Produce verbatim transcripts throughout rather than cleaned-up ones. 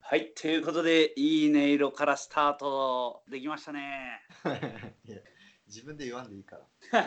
はい、ということで、いい音色からスタートできましたね。 いや自分で言わんでいいから。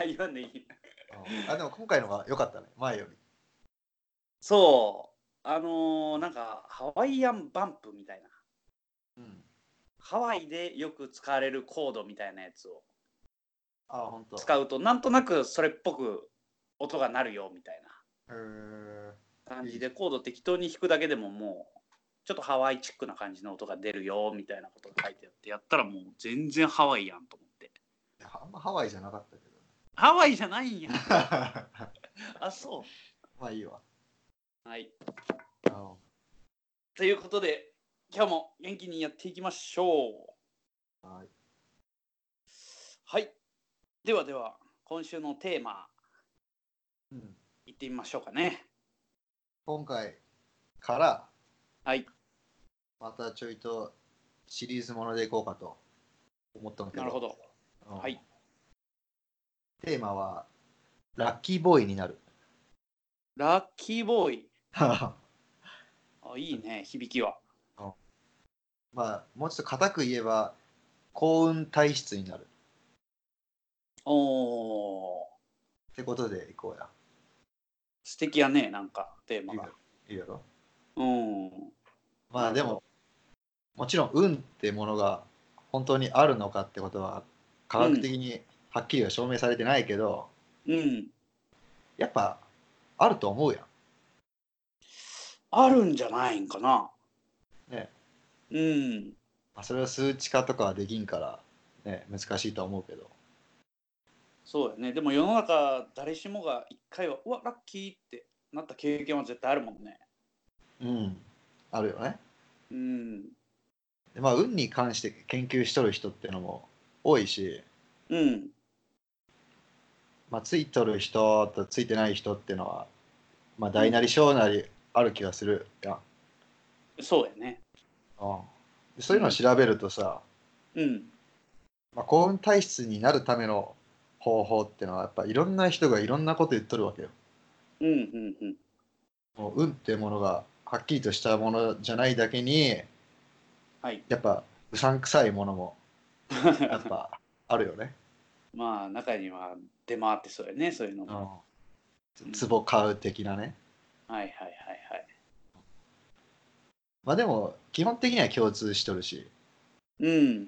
言わんでいい。 うんあ、でも今回のが良かったね、前より。 そう、あのーなんかハワイアンバンプみたいな、 うん。 ハワイでよく使われるコードみたいなやつをあ、ほんと。 使うと、なんとなくそれっぽく音が鳴るよみたいへーな感じいいで、コード適当に弾くだけでももう、ちょっとハワイチックな感じの音が出るよみたいなことが書いてあって、やったらもう全然ハワイやんと思って。 いやあんまハワイじゃなかったけハワイじゃないんや。 どね。 あ、そまあいいわ。 う。はい。 あのということで、今日も元気にやっていきましょう。 はい。 はい。ではでは、今週のテーマ、 うん、 いってみましょうかね。 今回からはい。 またちょいとシリーズものでいこうかと思ったんだけど。 なるほど。 うんはい。 テーマはラッキーボーイになる。 ラッキーボーイ。 ああ、いいね、響きは。 まあもうちょっと固く言えば幸運体質になるおー、 ってことでいこうや。 素敵やね、なんか、テーマが。 いいやろいいやろうん。 まあでももちろん運ってものが本当にあるのかってことは科学的にはっきりは証明されてないけど、 うん。うん。 やっぱあると思うやあるんじゃないんかな。 ん。ね。 うん。 まあ、それは数値化とかはできんから、ね、難しいとは思うけど。 そうやね。でも世の中、誰しもが一回は、うわ、ラッキーってなった経験は絶対あるもんね。 うん。あるよね。 うん。 でまあ運に関して研究しとる人ってのも多いし、 うん。 まあ、ついとる人とついてない人ってのは、まあ、 うん。 大なり小なりある気がするやん。 そうやね。 うんでそういうのを調べるとさ、 うん。 まあ、幸運体質になるための方法ってのはやっぱいろんな人がいろんなこと言っとるわけよ。 うん。うん。うん。 もう運っていうものがはっきりとしたものじゃないだけにはい。 やっぱうさんくさいものもやっぱあるよね。 まあ、中には出回ってそうやね、そういうのも。 うん、 うん。 壺買う的なね。 はいはいはいはい。 まあでも基本的には共通しとるし、 うん。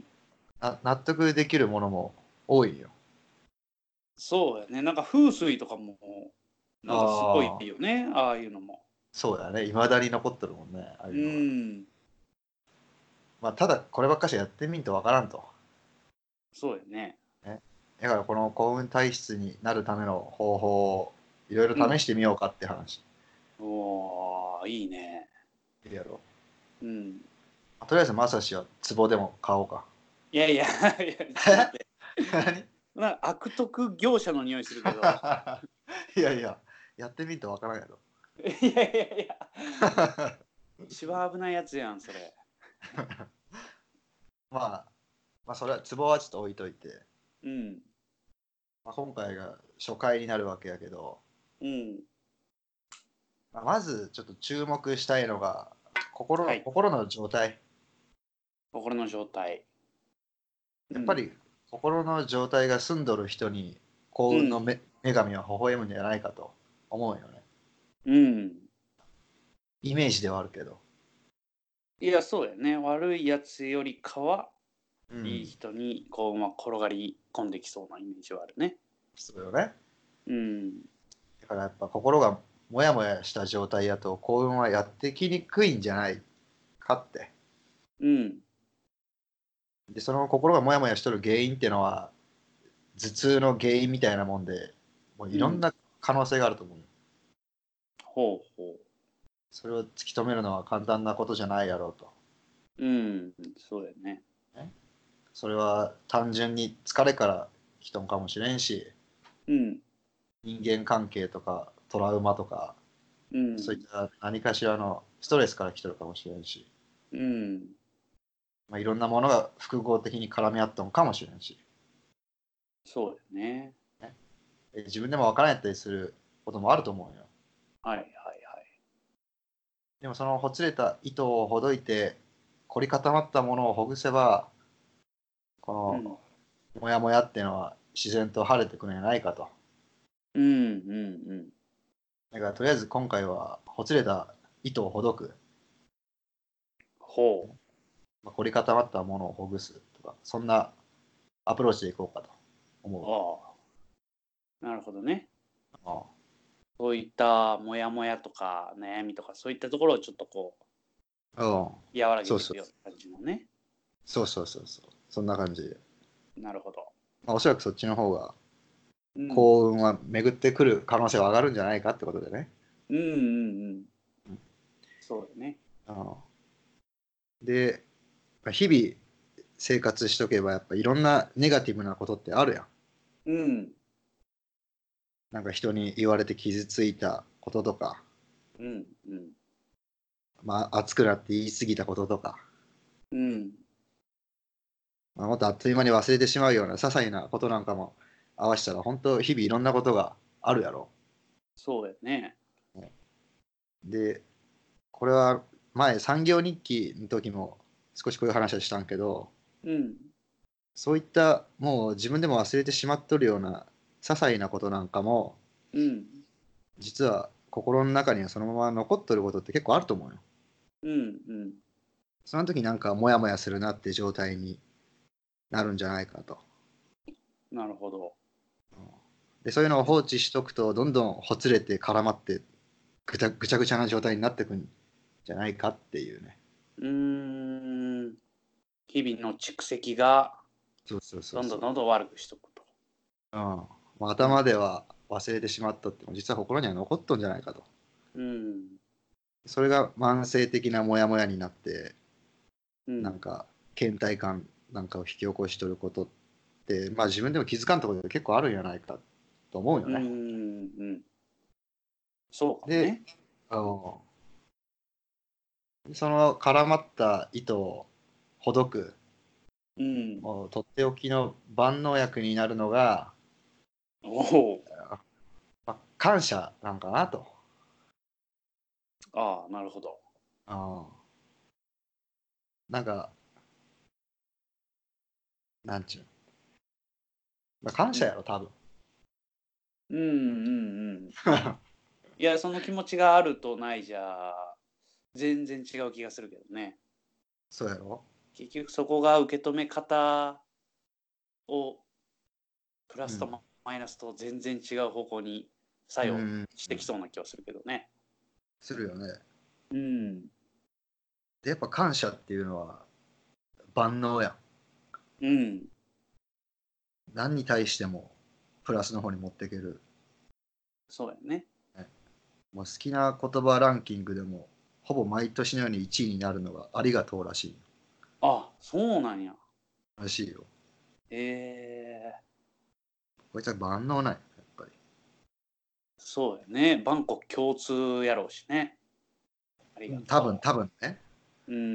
な納得できるものも多いよ。 そうやね。なんか風水とかも、なんかすごいああ、 よね、ああいうのも。 そうだね。いまだに残ってるもんね、ああういうのが。 ん。 まあただこればっかしやってみんとわからんと。 そうやね。 ね。だからこの幸運体質になるための方法をいろいろうん。 試してみようかって話。 おー、いいね。 いいやろ。 うん。 とりあえずまさしは壺でも買おうか。 いやいや、いやちょっと待って。 何なんか悪徳業者の匂いするけど。 いやいや、やってみんとわからんやろ。 いやいやいや。一番危ないやつやん、それ。 まあ、まあそれは壺はちょっと置いといて、 うん。 まあ、今回が初回になるわけやけど、 うん。 まあ、まずちょっと注目したいのが心の、 はい。 心の状態。 心の状態。うん。 やっぱり心の状態が澄んどる人に幸運のうん。 め女神は微笑むんじゃないかと思うよね。 うん。 イメージではあるけど。 いや、そうやね。悪いやつよりかは、いいうん。 人に幸運は転がり込んできそうなイメージはあるね。 そうよね。 うん。 だからやっぱ心がもやもやした状態やと幸運はやってきにくいんじゃないかって。 うん。 で、その心がもやもやしとる原因っていうのは頭痛の原因みたいなもんで、もういうん。 ろんな可能性があると思う。 ほうほそれを突き止めるのは簡単なことじゃないやろうと。 う。うん。そうやね。 ね、それは単純に疲れから来たのかもしれんし、 うん。 人間関係とかトラウマとか、 うん。 そういった何かしらのストレスから来てるかもしれんし、 うん。 まあ、いろんなものが複合的に絡み合ったのかもしれんし、 そうやね。 ね、自分でも分からんやったりすることもあると思うよ。 はいはいはい。 でもそのほつれた糸をほどいて凝り固まったものをほぐせばこうんのモヤモヤっていうのは自然と晴れてくるんじゃないかと。 うんうんだからとりあえず今回はほつれた糸をほどく、 ほう。 まあ、凝り固まったものをほぐすとか、そんなアプローチでいこうかと思う。 ああ、なるほどね。 あそういったモヤモヤとか悩みとかそういったところをちょっとこあ、うん、 う和らげそうそうていくような感じのね。 そうそうそうそう、そんな感じで、 なるほど。 まあ、おそらくそっちの方がうん、 幸運は巡ってくる可能性は上がるんじゃないかってことでね。 うんうんうん。そうだね。 あで、まあ日々生活しとけばやっぱいろんなネガティブなことってあるやん。 うん、 なんか人に言われて傷ついたこととか、 うんうん、 まあ、熱くなって言い過ぎたこととか、 うん。 まあ、もっとあっという間に忘れてしまうような些細なことなんかも合わせたら本当日々いろんなことがあるやろ。 そうやね。 で、これは前産業日記の時も少しこういう話はしたんけど、 うん、 そういったもう自分でも忘れてしまっとるような些細なことなんかもうん、 実は心の中にはそのまま残っとることって結構あると思うよ。 うん、うん。 その時なんかモヤモヤするなって状態になるんじゃないかと。 なるほど。 で、そういうのを放置しとくとどんどんほつれて絡まってぐちゃぐちゃぐちゃな状態になってくんじゃないかっていうね。 うーん。日々の蓄積がそうそうそうどんどんそう。 どんどん悪くしとくと。 うん。まあ、 うん、 頭では忘れてしまったっても実は心には残っとんじゃないかと。 うん、 それが慢性的なモヤモヤになってうん、 なんか倦怠感なんかを引き起こしとることって、まあ、自分でも気づかんところで結構あるんじゃないかと思うようん、 ね。 うん。そうかもで、 ね。 あのその絡まった糸をほどくうん。 もうとっておきの万能薬になるのが、 おお。 まあ、感謝なんかなと。 ああ、なるほど。 あなんか、なんちゅう、まあ、感うん、 謝やろ、多分。 うん、うん、うん。いや、その気持ちがあるとないじゃ、全然違う気がするけどね。 そうやろ。 結局そこが受け止め方をプラスとうん。 マイナスと全然違う方向に作用うん。 してきそうな気はするけどね。 するよね。 うん。 で、やっぱ感謝っていうのは万能やん。 うん。 何に対してもプラスの方に持っていける。 そうやね。 ね、もう好きな言葉ランキングでもほぼ毎年のようにいちいになるのがありがとうらしい。 あ、そうなんや。 らしいよ。 へえ。 こいつは万能なんや、やっぱり。 そうやね。万国共通やろうしね。ありが多分、 と多分ね。 う。うん。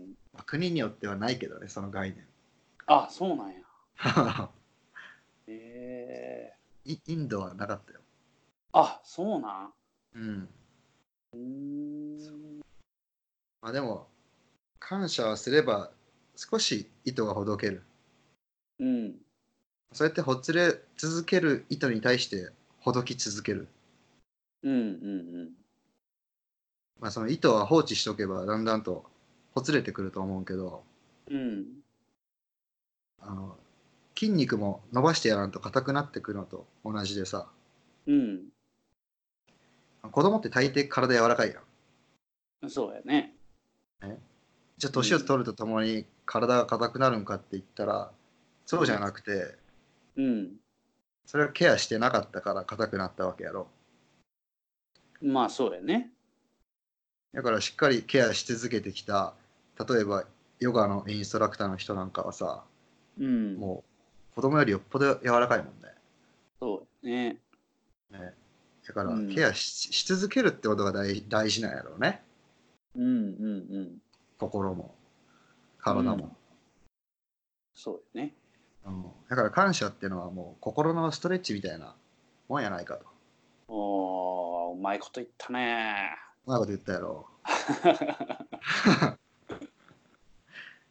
まあ国によってはないけどね、その概念。 あ、そうなんや。へえ。 イインドはなかったよ。 あ、そうなん。 うん。 うーん。 まあでも、感謝はすれば少し糸がほどける。 うん。 そうやってほつれ続ける糸に対してほどき続ける。 うんうんまあその糸は放置しとけばだんだんとほつれてくると思うけど、 うん。うん。 あの筋肉も伸ばしてやらんと硬くなってくるのと同じでさ、 うん。 子供って大抵体柔らかいやそうやね。 ん。ね、じゃあうん。 年を取るとともに体が硬くなるんかって言ったら、そうじゃなくて、 うん。 それはケアしてなかったから硬くなったわけやろ。 まあそうやね。 だからしっかりケアし続けてきた、例えばヨガのインストラクターの人なんかはさ、 うん。 もう子供よりよっぽど柔らかいもんね。 そうやね。 ね、だからケうん。 アし、し続けるってことが大、大事なんやろうね。 うんうん心もうん。う体も。 ん。そうやね。 うん、だから感謝っていうのはもう心のストレッチみたいなもんやないかと。 おー、うまいこと言ったね。 そんなこと言ったやろ。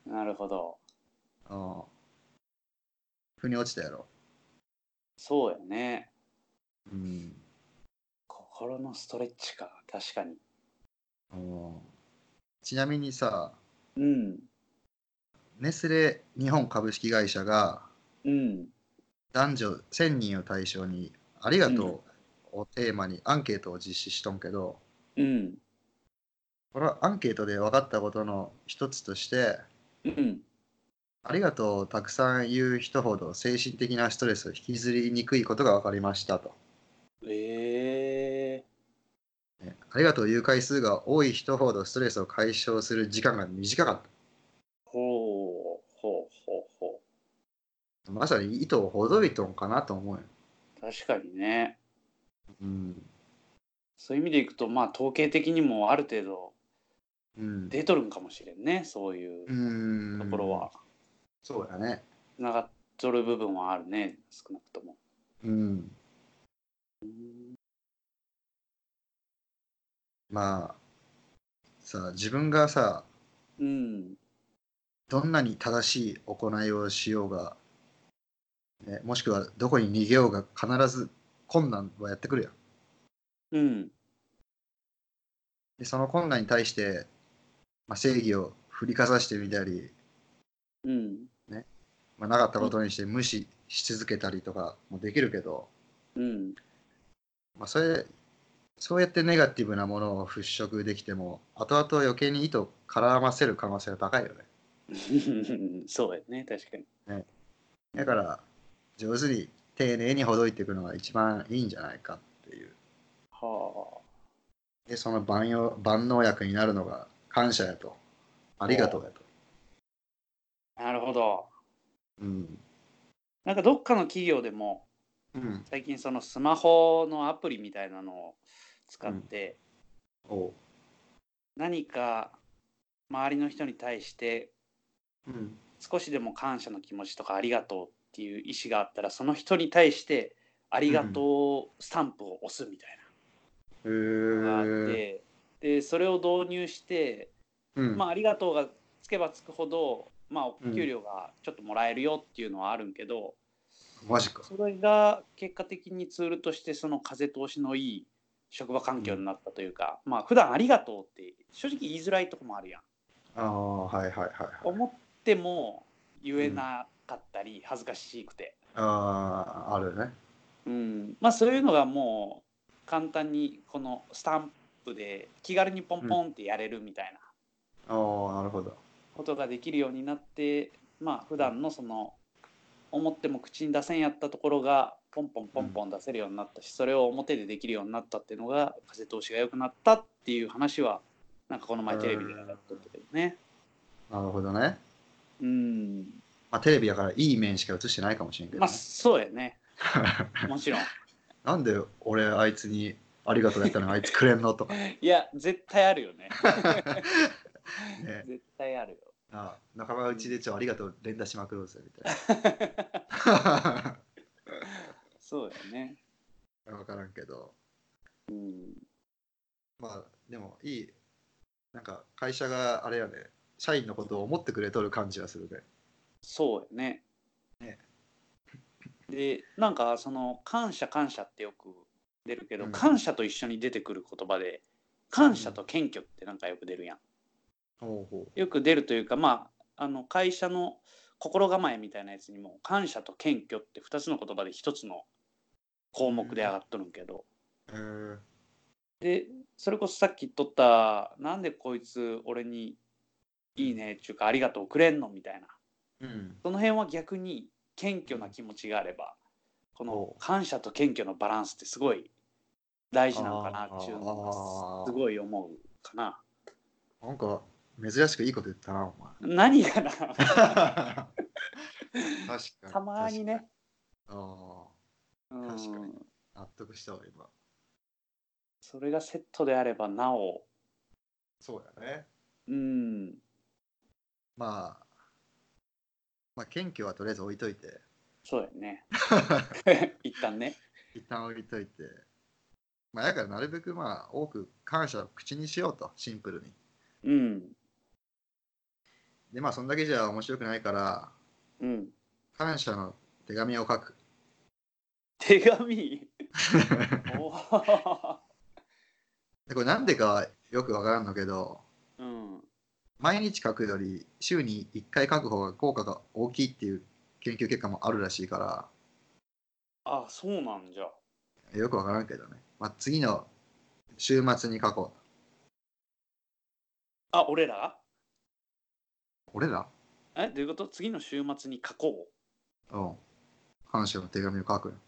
なるほど。 うん。腑に落ちたやろ。 そうやね。 うん。 心のストレッチか。確かに。 うん。ちなみにさ、 うん。 ネスレ日本株式会社がうん。 男女せんにんを対象にありうん。 がとうをテーマにアンケートを実施しとんけど、 うん。 これはアンケートで分かったことの一つとして、 うん。 ありがとうをたくさん言う人ほど精神的なストレスを引きずりにくいことが分かりましたと。 ええね、ありがとうを言う回数が多い人ほどストレスを解消する時間が短かっほう。ほうほうほた。まさに糸をほどいとんかなと思うよ。 う。確かにね。 うん。 そういう意味でいくと、まあ、統計的にもある程度うん。 出とるんかもしれんね。そういううーん。 ところは。 そうやね。 つながっとる部分はあるね。少なくとも。 うん。まあさ、自分がさ、 うん。 どんなに正しい行いをしようが、ね、もしくはどこに逃げようが必ず困難はやってくるやん。 うん。 で、その困難に対して、まあ、正義を振りかざしてみたり、 うん。 ね、まあ、なかったことにして無視し続けたりとかもできるけど、 うん。 まあ、それ、そうやってネガティブなものを払拭できても、後々余計に意図を絡ませる可能性が高いよね。 そうやね。確かに。 ね、だから、上手に丁寧にほどいていくのが一番いいんじゃないかっていう。 はで、その万用万能薬になるのが感謝やと、ああ。ほりがとうやと。 う。なるほど。 うん。 なんかどっかの企業でも、 うん。 最近そのスマホのアプリみたいなのを使うん。 って、 おう。 何か周りの人に対してうん。 少しでも感謝の気持ちとかありがとうっていう意思があったら、その人に対してありがうん。 とうスタンプを押すみたいへなのがあっえ。 て、でそれを導入して、 うん。 まあありがとうがつけばつくほど、まあおうん。 給料がちょっともらえるよっていうのはあるんけど、 マジか。 それが結果的にツールとしてその風通しのいい職場環うん。 境になったというか、まあ普段ありがとうって正直言いづらいとこもあるやん。 ああ、はいはいはいはい。 思っても言うん。 えなかったり恥ずかしくて、 ああ、あるね。 うん、まあそういうのがもう簡単にこのスタンプで気軽にポンうん。 ポンってやれるみたいなああ、なるほど。 ことができるようになって、まあ普うん。 段のその思っても口に出せんやったところがポンポンうん。 ポンポン出せるようになったし、それを表でできるようになったっていうのが風通しが良くなったっていう話はなんかこのえ前テレビでやっとったけどね。 ー、なるほどね。 うん、 まあ、テレビだからいい面しか映してないかもしれんけまあどね。 そうやね。もちろん。 なんで俺あいつにありがとうやったのにあいつくれんのとかね。 いや絶対あるよね。 ね。 絶対あるよ。 ああ、仲間うん、 内でちょありがとう連打しまくろうぜみたいな。 そうやね。 分からんけど。 うん、 まあでもいい。なんか会社があれやね、社員のことを思ってくれとる感じはするね。 そうやね。 ね。 でなんかその感謝感謝ってよく出るけど、 うん。 感謝と一緒に出てくる言葉で感うん。 謝と謙虚ってなんかよく出るやん。 ほうほよく出るというか、まああの会社の心構えみたいなやつにも感謝と謙虚ってふたつの言葉でひとつのう。う項目で上ん。 がっとるんけど、 えー、 でそれこそさっき言っとったなんでこいつ俺にいいねっていうかありがとうくれんのみたいな、 うん。 その辺は逆に謙うん。 虚な気持ちがあれば、このほう。 感謝と謙虚のバランスってすごい大事なんかなっていうのがすあごい思うかな。 あ、なんか珍しくいいこと言ったな、お何かな。 前。確かに、 たまに確かに。 ね。 あうあ、確かに。 ん。 納得したわ、今。 それがセットであればなお。 そうやね。 うん。 まあ、まあ、謙虚はとりあえず置いといて。 そうやね。一旦ね。 一旦置いといて。まあ、だからなるべくまあ、多く感謝を口にしようと、シンプルに。 うん。 でまあそんだけじゃ面白くないからうん。 感謝の手紙を書く。 手紙おーでこれなんでかはよくわからんのけど、 うん。 毎日書くより週にいっかい書く方が効果が大きいっていう研究結果もあるらしいかあ、そうなんじゃ。 らよくわからんけどね、まあ、次の週末に書こあ、俺らう。俺らえ、どういうこと？次の週末に書こう。 うん感謝の手紙を書くよ。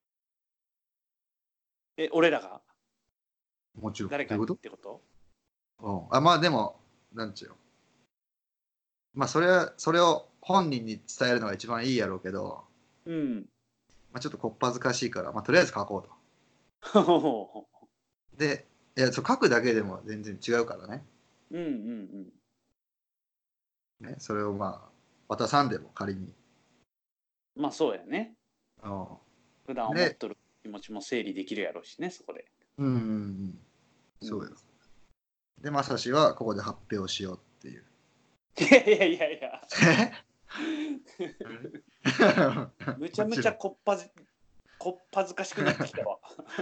え、俺らがもちろん。 誰かにっどういうこてこと？ とうんあまあでもなんちゅうよまあそれはそれを本人に伝えるのが一番いいやろうけど、 うん。 まあ、ちょっとこっぱずかしいから、まあ、とりあえず書こうと。でいやそう書くだけでも全然違うからね。 うんうんねそれをまあ渡さんでも仮に。 うん。まあそうやね。 うん普段思っでとる気持ちも整理できるやろうしね、そこで。 うんうんうんそうよ。 うんでまさしはここで発表しようっていう。 いやいやいやいや。 もむちゃむちゃちろんこっぱずこっぱずかしくなってきたわ。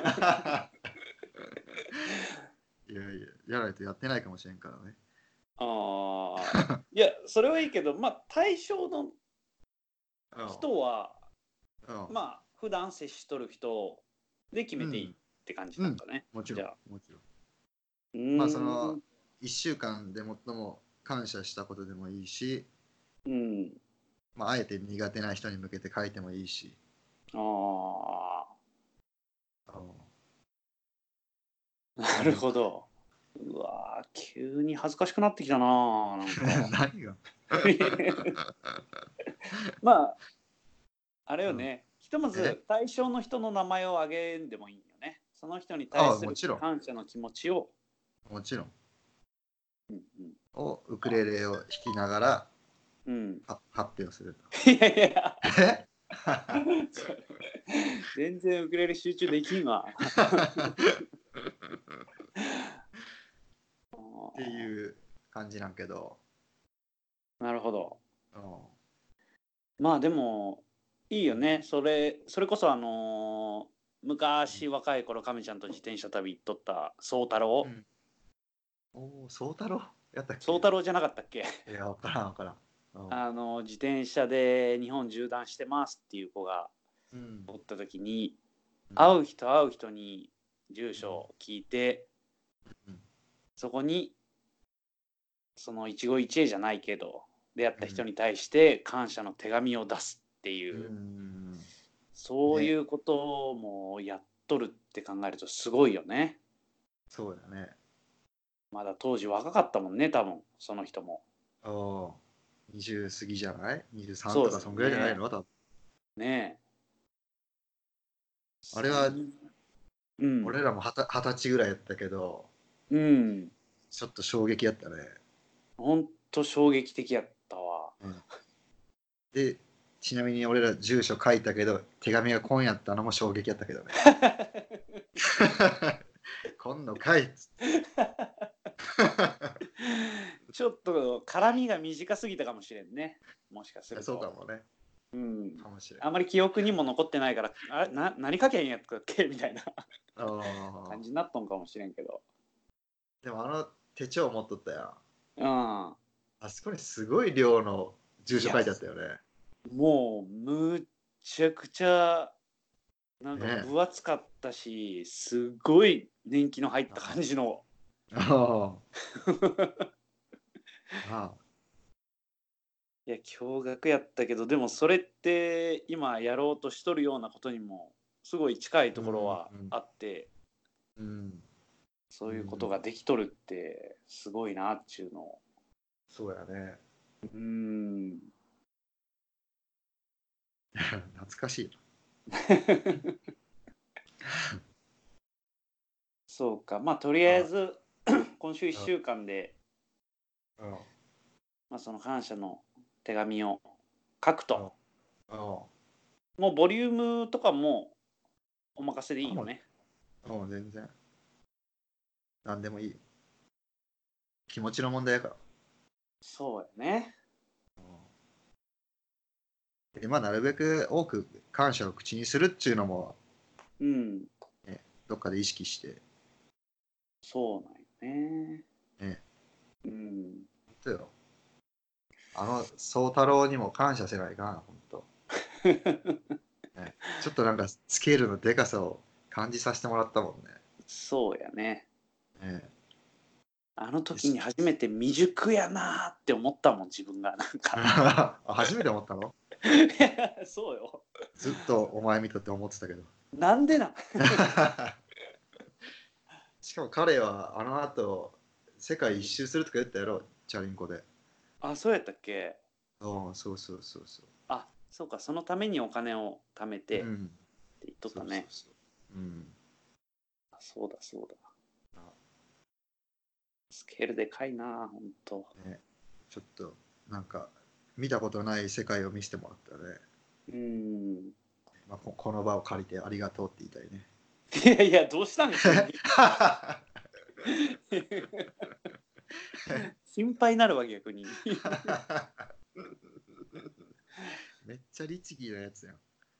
いやいややらないとやってないかもしれんからね。 ああ。いや、それはいいけど、まあ対象の人は、 うんうんまあ普段接しとる人で決めていいって感じなんかね。 もちろんじゃあ。 もちろん。 うーん。 まあそのいっしゅうかんで最も感謝したことでもいいし、 うん。 まあ、あえて苦手な人に向けて書いてもいいし。 ああのあ。なるほど。うわー急に恥ずかしくなってきたなーなんか。 何がまあ、あれようんね。ひとまえず対象の人の名前を挙げんでもいいよね。その人に対ああするもちろん感謝の気持ちを。 もちろんうんをウクレレを弾きながらうん。うん、 は発表するいやいや、 と。え全然ウクレレ集中できんわ。 っていう感じなんけど、 なるほど。 うんまあでもいいよね。それそれこそあのー昔若い頃亀ちゃんと自転車旅行っとった宗太郎。 うんおお宗太郎やったっけ。 宗太郎じゃなかったっけ？ いや分からん分からん。うんあの自転車で日本縦断してますっていう子がうんおった時に、 うん会う人会う人に住所を聞いて、 うんそこにその一期一会じゃないけど出会った人うんに対して感謝の手紙を出すっていう、 うんそういうこともやっとるって考えるとすごいよね。 そうだね。 まだ当時若かったもんね、多分その人も。 おおにじゅう過ぎじゃない ?にじゅうさんそうですよとかそんぐらいじゃないね。 の多分。 ねえ。 あれはそんうん。 俺らもはた二十歳ぐらいやったけどうん。 ちょっと衝撃やったね。 ほんと衝撃的やったわ。 うんでちなみに俺ら住所書いたけど手紙が今やったのも衝撃やったけどね。今のかいっつってちょっと絡みが短すぎたかもしれんね。もしかすると。 そうかもね。 うん。 かもしれん。 あんまり記憶にも残ってないから、あれな何書きゃいいんやったっけみたいなあ感じになっとんかもしれんけど。 でもあの手帳持っとったやん。 うん。 あそこにすごい量の住所書いてあったよね。 もうむちゃくちゃなんかね分厚かったし、すごい年季の入った感じの。 ああいや驚愕やったけど、でもそれって今やろうとしとるようなことにもすごい近いところはあって、 うんうんそういうことができとるってすごいなっちゅうの。 そうやね。 うーん懐かしいそうか、まあとりあえず今週いっしゅうかんで、 な。うんまあ、その感謝の手紙を書くと、 うんもうボリュームとかもお任せでいいよね。 うん全然何でもいい。気持ちの問題やから。 そうやね。 でまあ、なるべく多く感謝を口にするっていうのも、 うんね、どっかで意識して、 そうなんよね。 ね、 うん本当よ。あの宗太郎にも感謝せないかな、本当。ね、ちょっとなんかスケールのでかさを感じさせてもらったもんね。 そうやね。 ねあの時に初めて未熟やなーって思ったもん、自分がなんか。 あ初めて思ったの？ そうよ。 ずっとお前見とって思ってたけど。 なんでなんしかも彼はあの後世界一周するとか言ったやろ、チャリンコで。 あ、そうやったっけ？ ああ、そうそうそうそあ、そうか、そのためにお金を貯めう。うてってん。 言っとっそうたね。 そうそう。うん。 あそうだそうだ。 あスケールでかいな、ほんと。 ね、ちょっとなんか見たことない世界を見せてもらったね。 うーん。 まあ、ここの場を借りてありがとうって言いたいね。 いやいや、どうしたん急に。心配になるわ、逆に。 めっちゃ律儀なやつやん。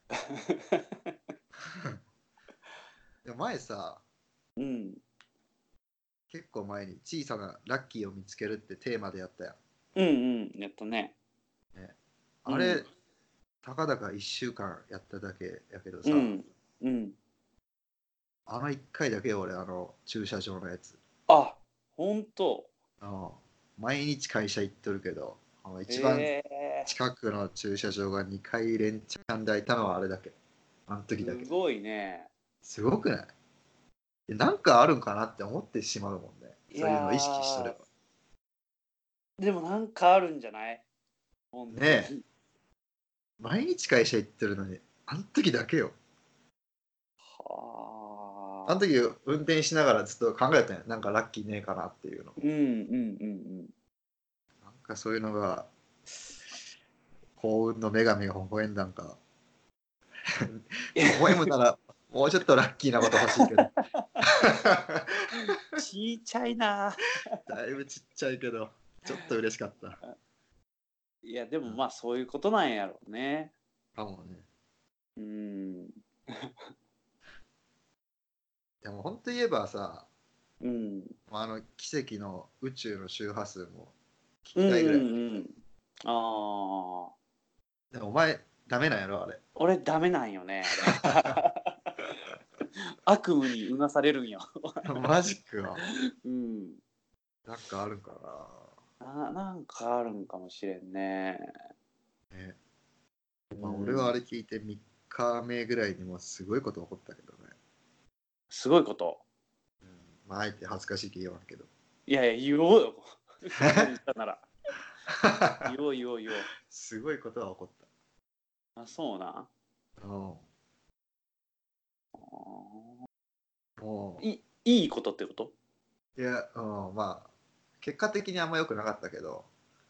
でも前さ、 うん。 結構前に小さなラッキーを見つけるってテーマでやったやん。 うんうん、やったね。 ね、 うん。 あれ、たかだかいっしゅうかんやっただけやけどさ、 うん。うん。 あのいっかいだけよ俺、あの駐車場のやつ。 あ、ほんと。 あの毎日会社行っとるけど、あの一番へえ。 近くの駐車場がにかい連チャンで空いたのはあれだけ。あの時だけ。 すごいね。 すごくない？なんかあるんかなって思ってしまうもんね。 いそういうのを意識しとれやば。 ー、でもなんかあるんじゃない？本ねえ、 当に。 毎日会社行ってるのに、あの時だけよ。あのはあ。 時運転しながらずっと考えたんや。なんかラッキーねえかなっていうの。 うんうんうんなんかそういうのが幸運の女神が微笑んだんか。微笑むならもうちょっとラッキーなこと欲しいけど。 ちいちゃいな。 だいぶちっちゃいけど、ちょっと嬉しかった。 いや、でもまあそういうことなんやろうね。 かもね。 うん。 でも本当言えばさ、 うん。 あの奇跡の宇宙の周波数も聞うんきたいぐらい。 うんうん。ああ。 でもお前ダメなんやろあれ。 俺ダメなんよね、あれ。悪夢にうなされるんよ。 マジか。 うん。 なんかあるかな、なんかあるんかもしれんね。 な。ね、まあ、俺はあうん。 れ聞いてみっかめぐらいにもすごいこと起こったけどね。 すごいこと。 うん、まああえて恥ずかしいけ言わんけど。 いやいや、言おうよ。そこまで言ったなら。言おう言おう言おう。 すごいことは起こっあ、そうな。 た。うんあもいいいことってこと？ う、いや、うん、まあ、結果的にあんま良くなかったけど、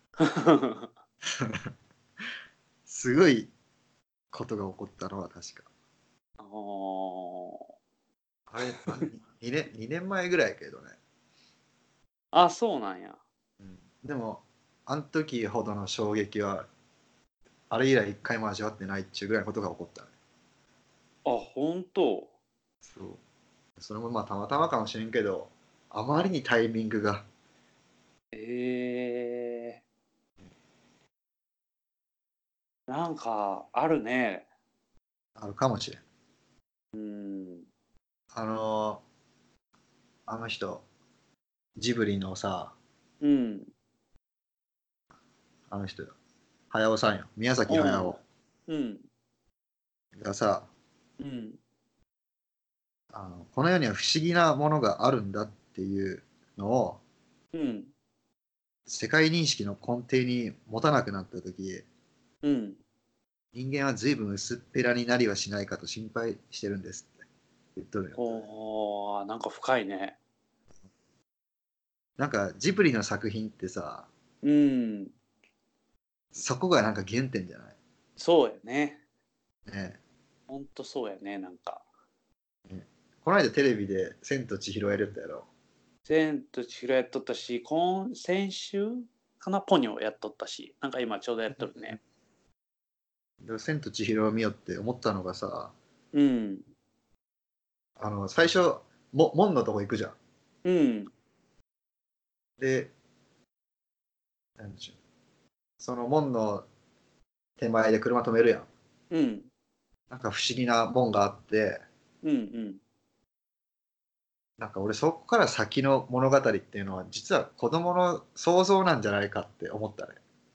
すごいことが起こったのは確か。 あーあれ、にねん、にねんまえぐらいやけどね。 あ、そうなんや。 うん、でも、あの時ほどの衝撃は、あれ以来一回も味わってないっちゅうぐらいのことが起こったね。 あ、ほんと。 そう。それもまあたまたまかもしれんけど、あまりにタイミングが、 えー、なんかあるね。 あるかもしれん。 うん。 あのあの人、ジブリのさ、 うん。 あの人よ、駿さんよ、宮崎うん。 駿うん。 がさ、 うん。 あのこの世には不思議なものがあるんだっていうのをうん。 世界認識の根底に持たなくなった時、 うん。 人間は随分薄っぺらになりはしないかと心配してるんですって言っとるよ。 ほー、なんか深いね。 なんかジブリの作品ってさ、 うん。 そこがなんか原点じゃない？ そうやね。 ねほんとそうやね、なんか。 え、ねえ、この間テレビで「千と千尋」やるったやろ。 千と千尋やっとったし、今、先週かな、ポニョやっとったし、なんか今ちょうどやっとるね。 で千と千尋を見よって思ったのがさ、 うんあの最初も門のとこ行くじゃん。 うんで、なんでしょう、その門の手前で車止めるやん。 うんなんか不思議な門があって、 うんうんなんか俺そこから先の物語っていうのは実は子供の想像なんじゃないかって思ったね。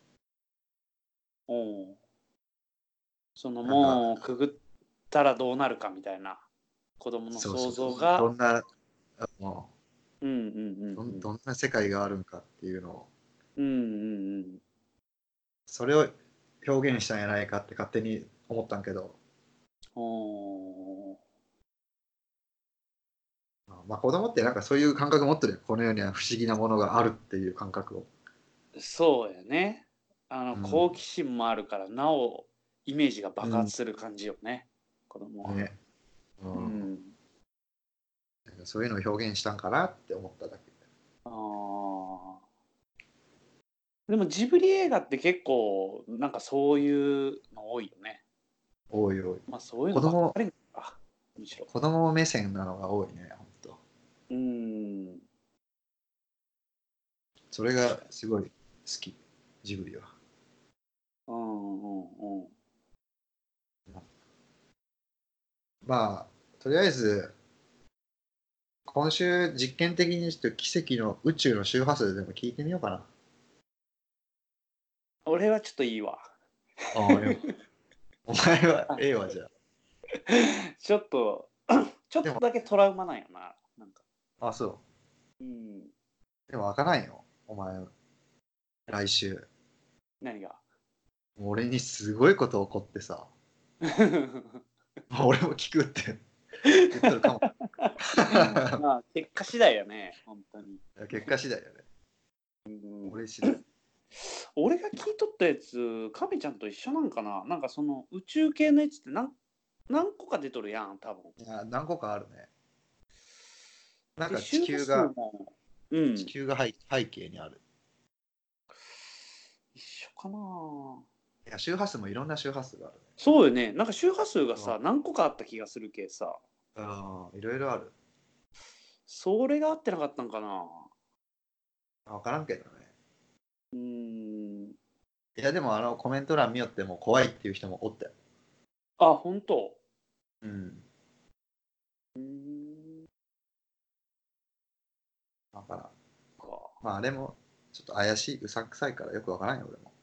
おうそのなんか門をくぐったらどうなるかみたいな子供の想そうそう、 像がどんな、あのうんうんうんどんどんな世界があるんかっていうのを、 うんうんうんそれを表現したんやないかって勝手に思ったんけど、 おーまあ子供ってなんかそういう感覚持ってるよ。この世には不思議なものがあるっていう感覚を。 そうやね。あのうん。 好奇心もあるからなおイメージがうん。 爆発する感じよね、子供は。 ね。うん。 うん。 なんかそういうのを表現したんかなって思っただけ。 ああ。でもジブリ映画って結構なんかそういうの多いよね。 多い多い。 まあそういうのばっ子供、 かりか。むしろ。 子供目線なのが多いね、ほんと。 うん。 それがすごい好き、ジブリは。 うんうんうん。 まあ、とりあえず、今週実験的にちょっと奇跡の宇宙の周波数でも聞いてみようかな。 俺はちょっといいわ。 ああ、ええわ。お前はええわ、じゃあ。 ちょっとちょっでも、 とだけトラウマなんやな。なんか。 あ、そうん。 う。でもわからんよ、お前、来週。 何が俺にすごいこと起こってさ、俺も聞くって言っとるかも。 まあ結果次第やね、本当に。 結果次第だね。 うん、 俺次第。 俺が聞いとったやつ、亀ちゃんと一緒なんかな。なんかその宇宙系のやつって何何個か出とるやん、多分。 いや、何個かあるね。なんで、 か地周波球が、 数も、うん、 地球が背背景にある。 一緒かな。 いや、周波数もいろんな周波数があるね。 そうよね。なんか周波数がそさ、何個かあった気がするけさ、 う。ああ、いろいろある。 それが合ってなかったんかな。 わからんけどね。 うーん。 いや、でもあのコメント欄見よっても怖いっていう人もおったよ。 あ、本当。 うん。 うーん。 だからん。 か。 まああれもちょっと怪しい、うさんくさいからよくわからんよ、俺も。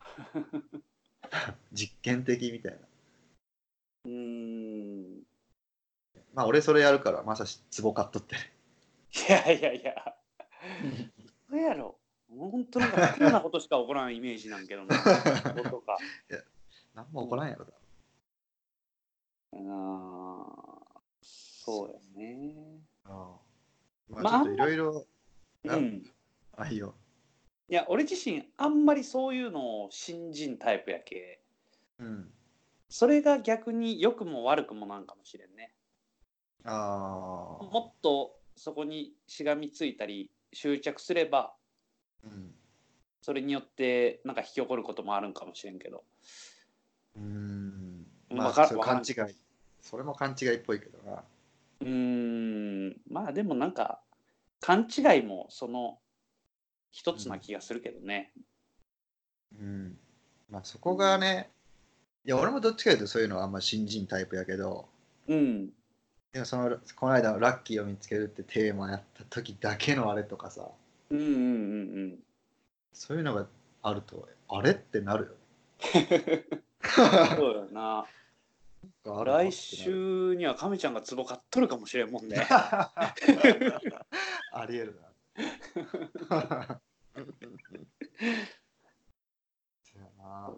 実験的みたいな。 うーん。 まあ俺それやるから、まさしツボ買っとって。 いやいやいや。どうやろう。本当なんか不幸なことしか起こらんイメージなんけどな。ことか。 いや、なんも起こらんやろだ。 ああ、そうよね。 ああ、まあまあ、 ちょっといあんまり、 ろいろ、な、 うん。 あ、いいよ。 いや、俺自身、あんまりそういうのを信じんタイプやけ。 うん。 それが逆に良くも悪くもなんかもしれんね。 ああ、 もっとそこにしがみついたり執着すれば、 うん。 それによってなんか引き起こることもあるんかもしれんけど。 うーん。まわあ、そういうかわからん。 勘違い。それも勘違いっぽいけどな。 うーん。まあでもなんか、勘違いもその一つな気がするけどね。 うん。うん。まあそこがね、いや、俺もどっちかというとそういうのはあんま信じんタイプやけど、 うん。 でもその、この間のラッキーを見つけるってテーマやった時だけのあれとかさ、 うんうんうんうん。 そういうのがあると、あれってなるよね。 そうよな。 あるな来ってなる。 週には亀ちゃんがツボ買っとるかもしれんもんね。 ありえるな。そうやな。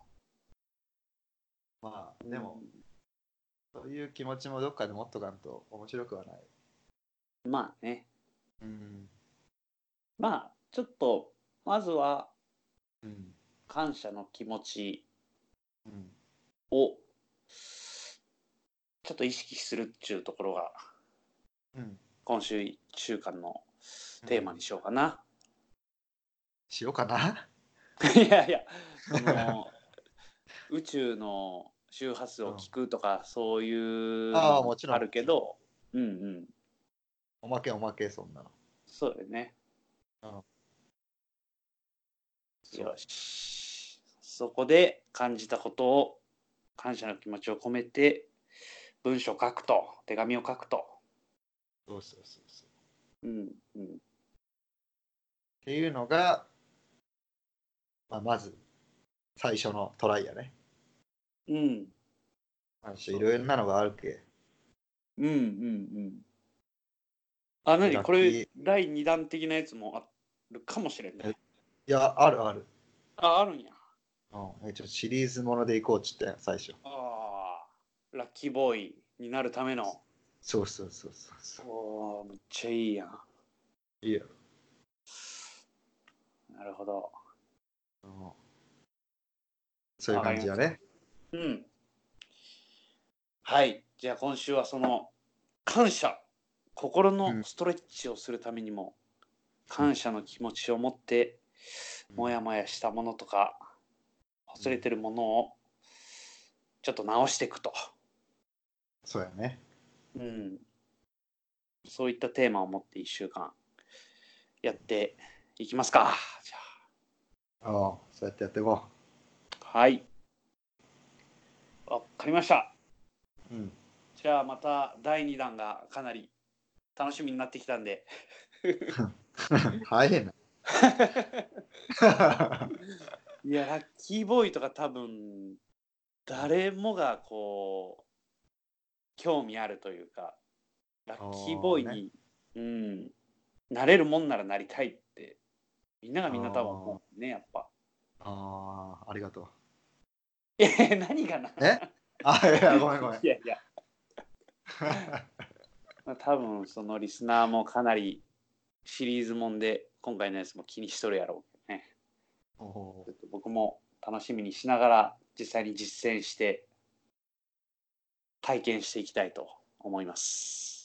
まあ、でも、そういう気持ちもどっかで持っとかんと面白くはない。 まあね。 うん。 まあ、ちょっと、まずはうん。 感謝の気持ちうん。 をちょっと意識するっていうところが、 うん。 今週いっしゅうかんのうん、 テーマにしようかな。 しようかな。 いやいや、その、 宇宙の周波数を聞くとか、そういうああ、 のもちろんあるけど、うんうん。 おまけおまけ、そんなの。 そうだよね。 うんそうよし。そこで感じたことを、感謝の気持ちを込めて、文章を書くと、手紙を書くと。 そうそうそうそう。 うんうん。 っていうのが、まあ、まず最初のトライやね。 うんまあいろいろなのがあるけ。 うんうんうん。あ、なでにこれ、 ラッキー。 だいにだん的なやつもあるかもしれんえね。 いや、あるある。 あ、あるんや。 うん、ちょっとシリーズものでいこうっつって最初。 ああ、ラッキーボーイになるための。 そうそうそうそうそおー、めっちゃいいやん。 う。いいやろ。 なるほど。 うんそういうわかりました。 感じやね。 うん。はい。じゃあ今週はその感謝、心うんのストレッチをするためにも、 うん感謝の気持ちを持って、 うんもやもやしたものとか、忘れてるものをちょっと直していくと。 そうやね。 うん。そういったテーマを持っていっしゅうかんやっていきますか。じゃああ、そうやってやっていこあ。はい。わかりました。 う。うん。 じゃあまただいにだんがかなり楽しみになってきたんで。 早いな。 いや、ラッキーボーイとか多分誰もがこう興味あるというか、ラッキーボーイに、ね、うん、なれるもんならなりたいってみんながみんな多分思うね、やっぱ。 ああ、ありがとう。 え、何がな。 えあ、いや、ごめんごめん。 いやいや。多分そのリスナーもかなりシリーズもんで今回のやつも気にしとるやろうけどね。 おおちょっと僕も楽しみにしながら実際に実践して体験していきたいと思います。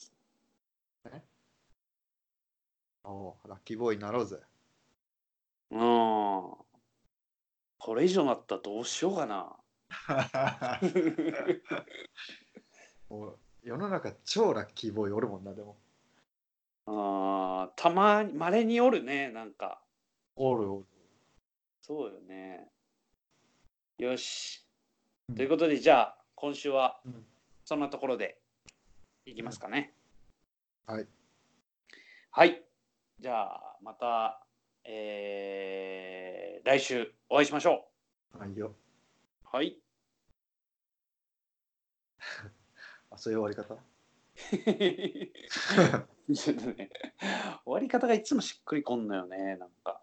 えおーラッキーボーイになろうぜ。 うん。これ以上になったらどうしようかな。 もう世の中超ラッキーボーイおるもんな、でも。 あたまに稀におるね、なんか。 おるおる。 そうよね。よし。 うんということでじゃあ今週はうんそんなところでいきますかね。 はい。 はい。じゃあまた、えー来週お会いしましょはいよ。 う。はい。 あ、そういう終わり方ちょっとね、終わり方がいつもしっくりこんのよね、なんか。